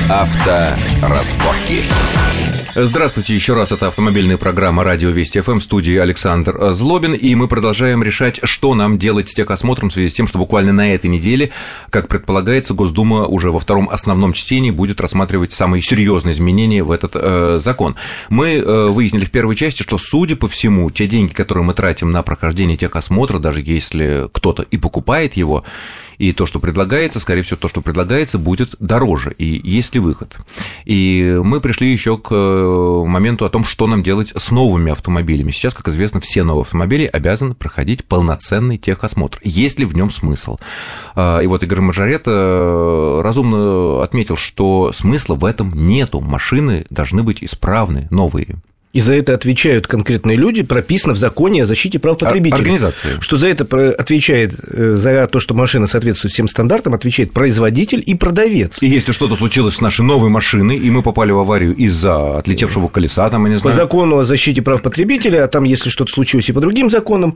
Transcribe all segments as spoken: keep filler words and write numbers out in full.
Авторазборки. Здравствуйте еще раз, это автомобильная программа «Радио Вести ФМ», в студии Александр Злобин, и мы продолжаем решать, что нам делать с техосмотром в связи с тем, что буквально на этой неделе, как предполагается, Госдума уже во втором основном чтении будет рассматривать самые серьезные изменения в этот э, закон. Мы э, выяснили в первой части, что, судя по всему, те деньги, которые мы тратим на прохождение техосмотра, даже если кто-то и покупает его, и то, что предлагается, скорее всего, то, что предлагается, будет дороже, и есть ли выход. И мы пришли еще к моменту о том, что нам делать с новыми автомобилями. Сейчас, как известно, все новые автомобили обязаны проходить полноценный техосмотр. Есть ли в нем смысл? И вот Игорь Маржарета разумно отметил, что смысла в этом нету. Машины должны быть исправны, новые. И за это отвечают конкретные люди, прописано в законе о защите прав потребителей. Организация. Что за это отвечает, за то, что машина соответствует всем стандартам, отвечает производитель и продавец. И если что-то случилось с нашей новой машиной, и мы попали в аварию из-за отлетевшего колеса, там, я не знаю... По закону о защите прав потребителей, а там, если что-то случилось и по другим законам...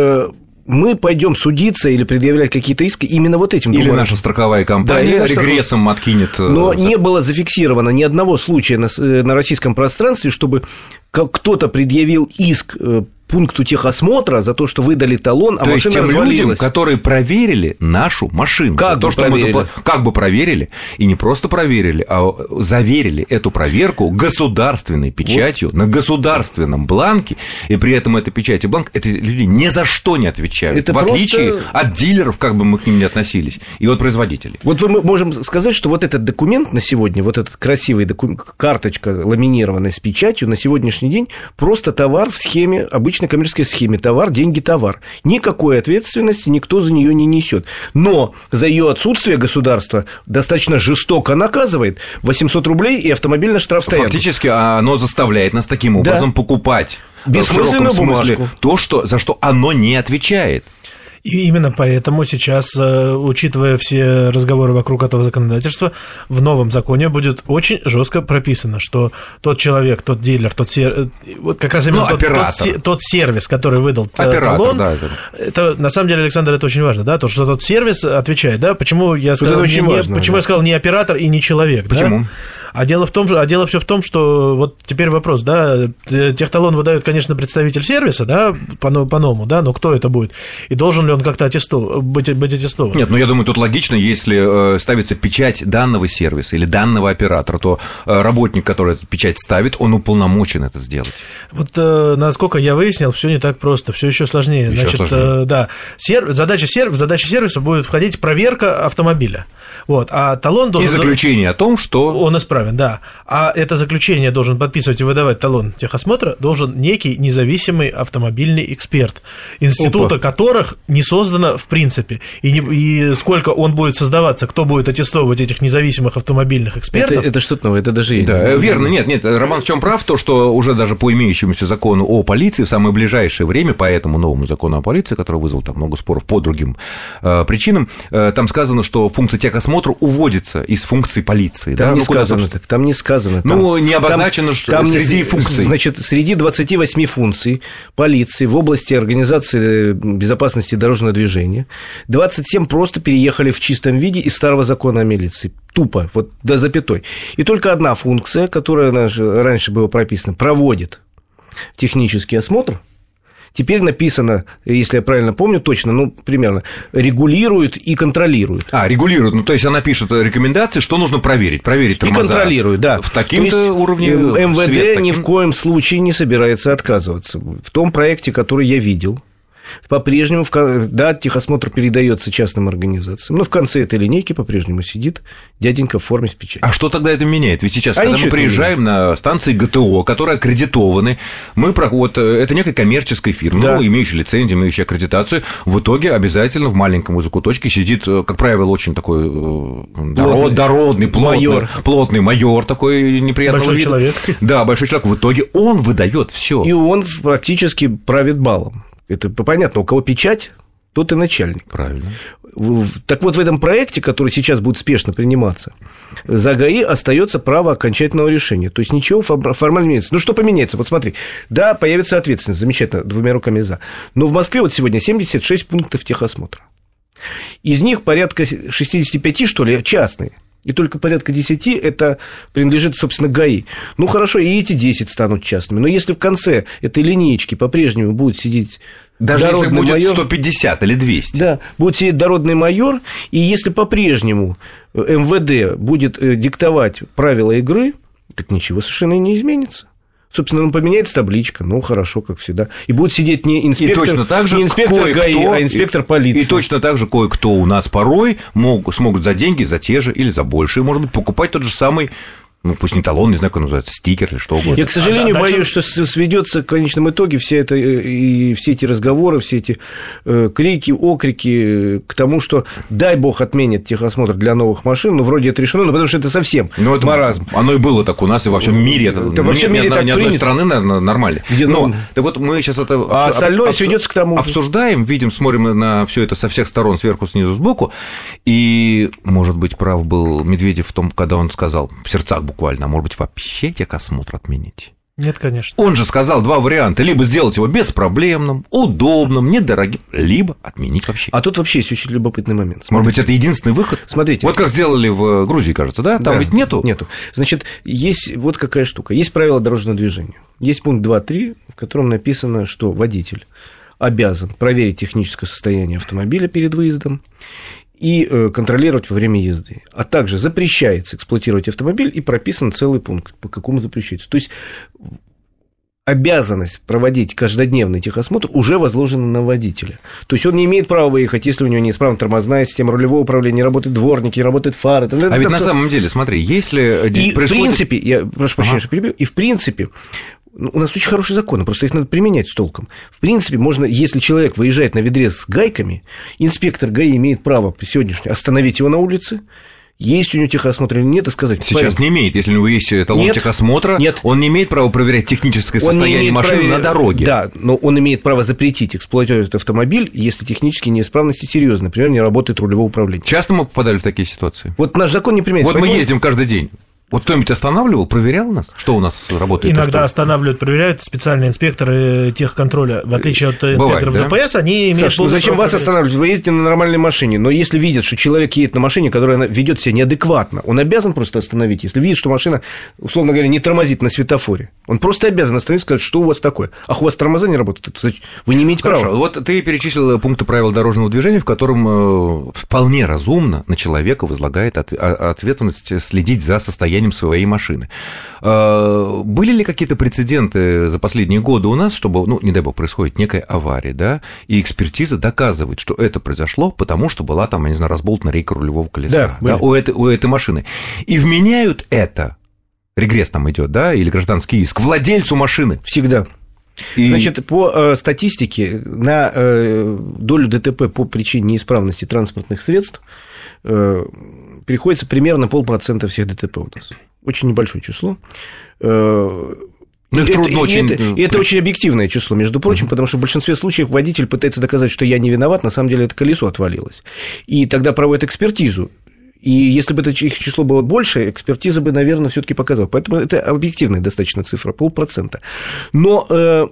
мы пойдем судиться или предъявлять какие-то иски именно вот этим. Или наша страховая компания да, регрессом откинет. Но не было зафиксировано ни одного случая на, на российском пространстве, чтобы кто-то предъявил иск пункту техосмотра за то, что выдали талон, а то машина есть тем развалилась. людям, которые проверили нашу машину. Как то, бы что проверили? Мы запла... Как бы проверили, и не просто проверили, а заверили эту проверку государственной печатью вот. На государственном бланке, и при этом эта печать и бланк, эти люди ни за что не отвечают, это в просто... отличие от дилеров, как бы мы к ним ни относились, и от производителей. Вот мы можем сказать, что вот этот документ на сегодня, вот этот красивый документ, карточка ламинированная с печатью, на сегодняшний день просто товар в схеме, обычной коммерческой схеме, товар, деньги, товар. Никакой ответственности никто за нее не несет. Но за ее отсутствие государство достаточно жестоко наказывает. восемьсот рублей и автомобильный штраф стоянку. Фактически оно заставляет нас таким образом да. покупать бессмысленную бумажку. То, что, за что оно не отвечает. И именно поэтому сейчас, учитывая все разговоры вокруг этого законодательства, в новом законе будет очень жестко прописано, что тот человек, тот дилер, тот сер... вот как раз именно ну, тот, тот, тот сервис, который выдал оператор, талон, да, это... это на самом деле, Александр, это очень важно, да, то, что тот сервис отвечает, да, почему я сказал, очень не, важно, почему да. я сказал не оператор и не человек, почему? Да? А дело в том, а дело все в том, что вот теперь вопрос, да, техталон выдает, конечно, представитель сервиса, да, по-новому, да, но кто это будет? И должен ли он как-то аттестов... быть, быть аттестован? Нет, ну я думаю, тут логично, если ставится печать данного сервиса или данного оператора, то работник, который эту печать ставит, он уполномочен это сделать. Вот насколько я выяснил, все не так просто, все еще сложнее. Еще Значит, сложнее. Да, серв... задача, серв... задача сервиса будет входить проверка автомобиля. Вот, а талон должен... И заключение о том, что... Он исправен, да. А это заключение должен подписывать и выдавать талон техосмотра должен некий независимый автомобильный эксперт, института Опа. которых не создано в принципе. И, не... и сколько он будет создаваться, кто будет аттестовывать этих независимых автомобильных экспертов... Это, это что-то новое, это даже... Да, верно, нет, нет, Роман в чем прав, то, что уже даже по имеющемуся закону о полиции в самое ближайшее время, по этому новому закону о полиции, который вызвал там много споров по другим э, причинам, э, там сказано, что функция техосмотра уводится из функции полиции. Там да? не ну, сказано так, там не сказано. Там, ну, не обозначено, что там, среди не, функций. Значит, среди двадцати восьми функций полиции в области организации безопасности дорожного движения двадцать семь просто переехали в чистом виде из старого закона о милиции. Тупо, вот до запятой. И только одна функция, которая раньше была прописана, проводит технический осмотр. Теперь написано, если я правильно помню, точно, ну, примерно, регулирует и контролирует. А, регулирует, ну, то есть она пишет рекомендации, что нужно проверить, проверить тормоза. И контролирует, да. В таким-то уровне эм вэ дэ свет, ни таким... в коем случае не собирается отказываться. В том проекте, который я видел, по-прежнему, да, техосмотр передается частным организациям, но в конце этой линейки по-прежнему сидит дяденька в форме с печатью. А что тогда это меняет? Ведь сейчас, а когда мы приезжаем на станции гэ тэ о, которые аккредитованы, мы, вот, это некая коммерческая фирма, да. ну, имеющая лицензию, имеющая аккредитацию, в итоге обязательно в маленьком закуточке сидит, как правило, очень такой дород, дородный, плотный майор. плотный майор, такой неприятного большой вида. человек. Да, большой человек. В итоге он выдает все. И он практически правит балом. Это понятно, у кого печать, тот и начальник. Правильно. Так вот, в этом проекте, который сейчас будет спешно приниматься, за ГАИ остается право окончательного решения. То есть ничего формально не меняется. Ну, что поменяется? Вот смотри, да, появится ответственность, замечательно, двумя руками за. Но в Москве вот сегодня семьдесят шесть пунктов техосмотра. Из них порядка шестьдесят пять, что ли, частные. И только порядка десяти это принадлежит, собственно, ГАИ. Ну, хорошо, и эти десять станут частными. Но если в конце этой линеечки по-прежнему будет сидеть даже если будет майор, сто пятьдесят или двести. Да, будет сидеть дородный майор, и если по-прежнему эм вэ дэ будет диктовать правила игры, так ничего совершенно не изменится. Собственно, поменяется табличка, ну, хорошо, как всегда. И будет сидеть не инспектор, и точно так же не инспектор ГАИ, а инспектор полиции. И точно так же кое-кто у нас порой мог, смогут за деньги, за те же или за большие, может быть, покупать тот же самый, ну, пусть не талон, не знаю, как называется, стикер или что угодно. Я, к сожалению, а, да, боюсь, дальше... что сведется к конечном итоге все это, и все эти разговоры, все эти э, крики, окрики к тому, что дай бог отменят техосмотр для новых машин, ну, вроде это решено, но потому что это совсем ну, это маразм. Оно и было так у нас, и во всем мире. Это, это во всем мире ни, так ни одной страны, наверное, нормально. Где, но, ну... так вот, мы сейчас это... А остальное обс... сведется к тому обсуждаем, же. Видим, смотрим на все это со всех сторон, сверху, снизу, сбоку, и, может быть, прав был Медведев в том, когда он сказал, в сердцах буквально, а может быть, вообще техосмотр отменить? Нет, конечно. Он же сказал два варианта. Либо сделать его беспроблемным, удобным, недорогим, либо отменить вообще. А тут вообще есть очень любопытный момент. Смотрите. Может быть, это единственный выход? Смотрите. Вот как сделали в Грузии, кажется, да? Там да, ведь нету? Нету. Значит, есть вот какая штука. Есть правила дорожного движения. Есть пункт два точка три, в котором написано, что водитель обязан проверить техническое состояние автомобиля перед выездом и контролировать во время езды. А также запрещается эксплуатировать автомобиль, и прописан целый пункт, по какому запрещается. То есть обязанность проводить каждодневный техосмотр уже возложена на водителя. То есть он не имеет права выехать, если у него неисправна тормозная система, рулевого управления, не работают дворники, не работают фары. А это ведь на самом деле, смотри, если... И происходит... в принципе, я прошу прощения, ага. что перебью, и в принципе... У нас очень хорошие законы, просто их надо применять с толком. В принципе, можно, если человек выезжает на ведре с гайками, инспектор ГАИ имеет право сегодняшнее остановить его на улице, есть у него техосмотр или нет, и сказать... Сейчас не имеет, если у него есть талон нет, техосмотра, нет. Он не имеет права проверять техническое состояние машины права... на дороге. Да, но он имеет право запретить эксплуатировать автомобиль, если технические неисправности серьезны, например, не работает рулевое управление. Часто мы попадали в такие ситуации? Вот наш закон не применяется. Вот мы ездим каждый день. Вот кто-нибудь останавливал, проверял нас? Что у нас работает? Иногда останавливают, проверяют специальные инспекторы техконтроля. В отличие от Бывает, инспекторов да? ДПС, они имеют... Саш, ну зачем вас останавливать? Вы ездите на нормальной машине, но если видят, что человек едет на машине, которая ведет себя неадекватно, он обязан просто остановить. Если видит, что машина, условно говоря, не тормозит на светофоре, он просто обязан остановить и сказать, что у вас такое. Ах, у вас тормоза не работают, вы не имеете Хорошо. права. Вот ты перечислил пункты правил дорожного движения, в котором вполне разумно на человека возлагает ответственность следить за состоянием своей машины. Были ли какие-то прецеденты за последние годы у нас, чтобы, ну, не дай бог, происходит некая авария, да, и экспертиза доказывает, что это произошло, потому что была там, я не знаю, разболтана рейка рулевого колеса, да, да, у, этой, у этой машины, и вменяют это, регресс там идет, да, или гражданский иск, владельцу машины? Всегда. И... Значит, по э, статистике на э, долю ДТП по причине неисправности транспортных средств э, приходится примерно полпроцента всех ДТП у нас. Очень небольшое число. Ну, их это, трудно и очень... Это, и это очень объективное число, между прочим, uh-huh. потому что в большинстве случаев водитель пытается доказать, что я не виноват, на самом деле это колесо отвалилось. И тогда проводят экспертизу. И если бы это их число было больше, экспертиза бы, наверное, все-таки показала. Поэтому это объективная достаточно цифра, полпроцента. Но э,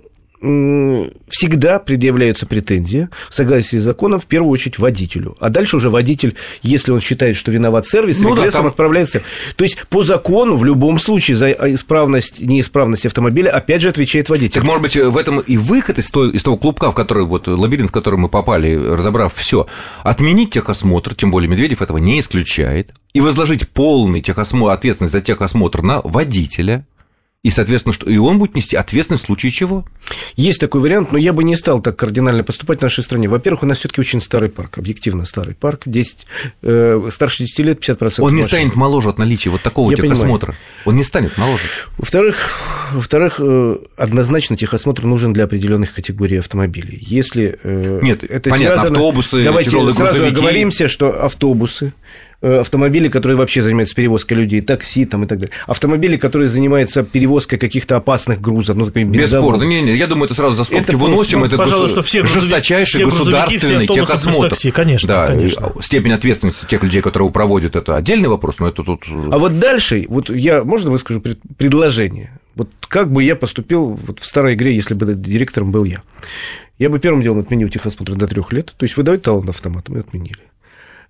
всегда предъявляются претензии в согласии с законом, в первую очередь, водителю. А дальше уже водитель, если он считает, что виноват сервис, ну, регрессом да, там... отправляется. То есть, по закону, в любом случае, за исправность, неисправность автомобиля, опять же, отвечает водитель. Так, может быть, в этом и выход из того, из того клубка, в который, вот, лабиринт, в который мы попали, разобрав все, отменить техосмотр, тем более Медведев этого не исключает, и возложить полный техосмотр, ответственность за техосмотр на водителя. И, соответственно, что и он будет нести ответственность в случае чего? Есть такой вариант, но я бы не стал так кардинально поступать в нашей стране. Во-первых, у нас все-таки очень старый парк, объективно старый парк, десять, э, старше десяти лет, пятьдесят процентов. Он не машин. станет моложе от наличия вот такого я техосмотра. Понимаю. Он не станет моложе. Во-вторых, во-вторых, э, однозначно техосмотр нужен для определенных категорий автомобилей. Если э, Нет, это понятно, связано... автобусы, Давайте тяжелые сразу грузовики. оговоримся, что автобусы, автомобили, которые вообще занимаются перевозкой людей, такси там и так далее, автомобили, которые занимаются перевозкой каких-то опасных грузов, ну, такой бесспорно, не, не, я думаю, это сразу за скобки это выносим, это пожалуй, госу... что все жесточайший все государственный техосмотр. Такси, конечно, да, конечно. Степень ответственности тех людей, которые его проводят, это отдельный вопрос, но это тут... А вот дальше, вот я, можно выскажу предложение? Вот как бы я поступил вот в старой игре, если бы директором был я? Я бы первым делом отменил техосмотр до трех лет, то есть выдавать талон автоматом и отменили.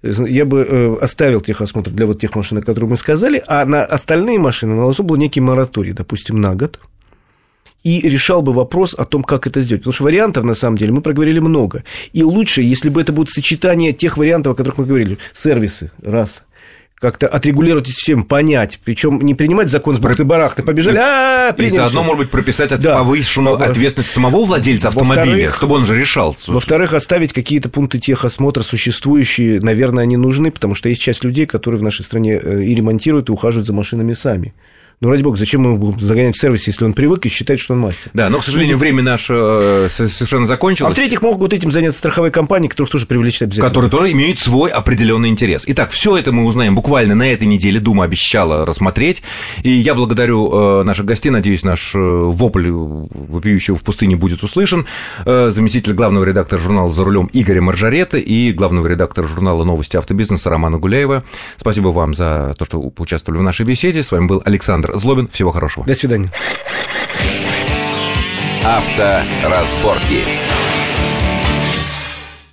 я бы оставил техосмотр для вот тех машин, о которых мы сказали, а на остальные машины наложил бы некий мораторий, допустим, на год, и решал бы вопрос о том, как это сделать. Потому что вариантов, на самом деле, мы проговорили много. И лучше, если бы это будет сочетание тех вариантов, о которых мы говорили. Сервисы, раз. Как-то отрегулировать систему, понять. Причем не принимать закон с бухты-барахты. Побежали, а И заодно, может быть, прописать да. повышенную ответственность самого владельца автомобиля, чтобы он же решал. Во-вторых, оставить какие-то пункты техосмотра существующие. Наверное, они нужны, потому что есть часть людей, которые в нашей стране и ремонтируют, и ухаживают за машинами сами. Ну, ради бога, зачем ему загонять в сервис, если он привык и считает, что он мастер? Да, но, к сожалению, время наше совершенно закончилось. А в-третьих, могут этим заняться страховые компании, которых тоже привлечь обязательно. Которые тоже имеют свой определенный интерес. Итак, все это мы узнаем буквально на этой неделе. Дума обещала рассмотреть. И я благодарю наших гостей. Надеюсь, наш вопль вопиющего в пустыне будет услышан. Заместитель главного редактора журнала «За рулем» Игоря Маржарета и главного редактора журнала «Новости автобизнеса» Романа Гуляева. Спасибо вам за то, что поучаствовали в нашей беседе. С вами был Александр Злобин. Всего хорошего. До свидания. Авторазборки.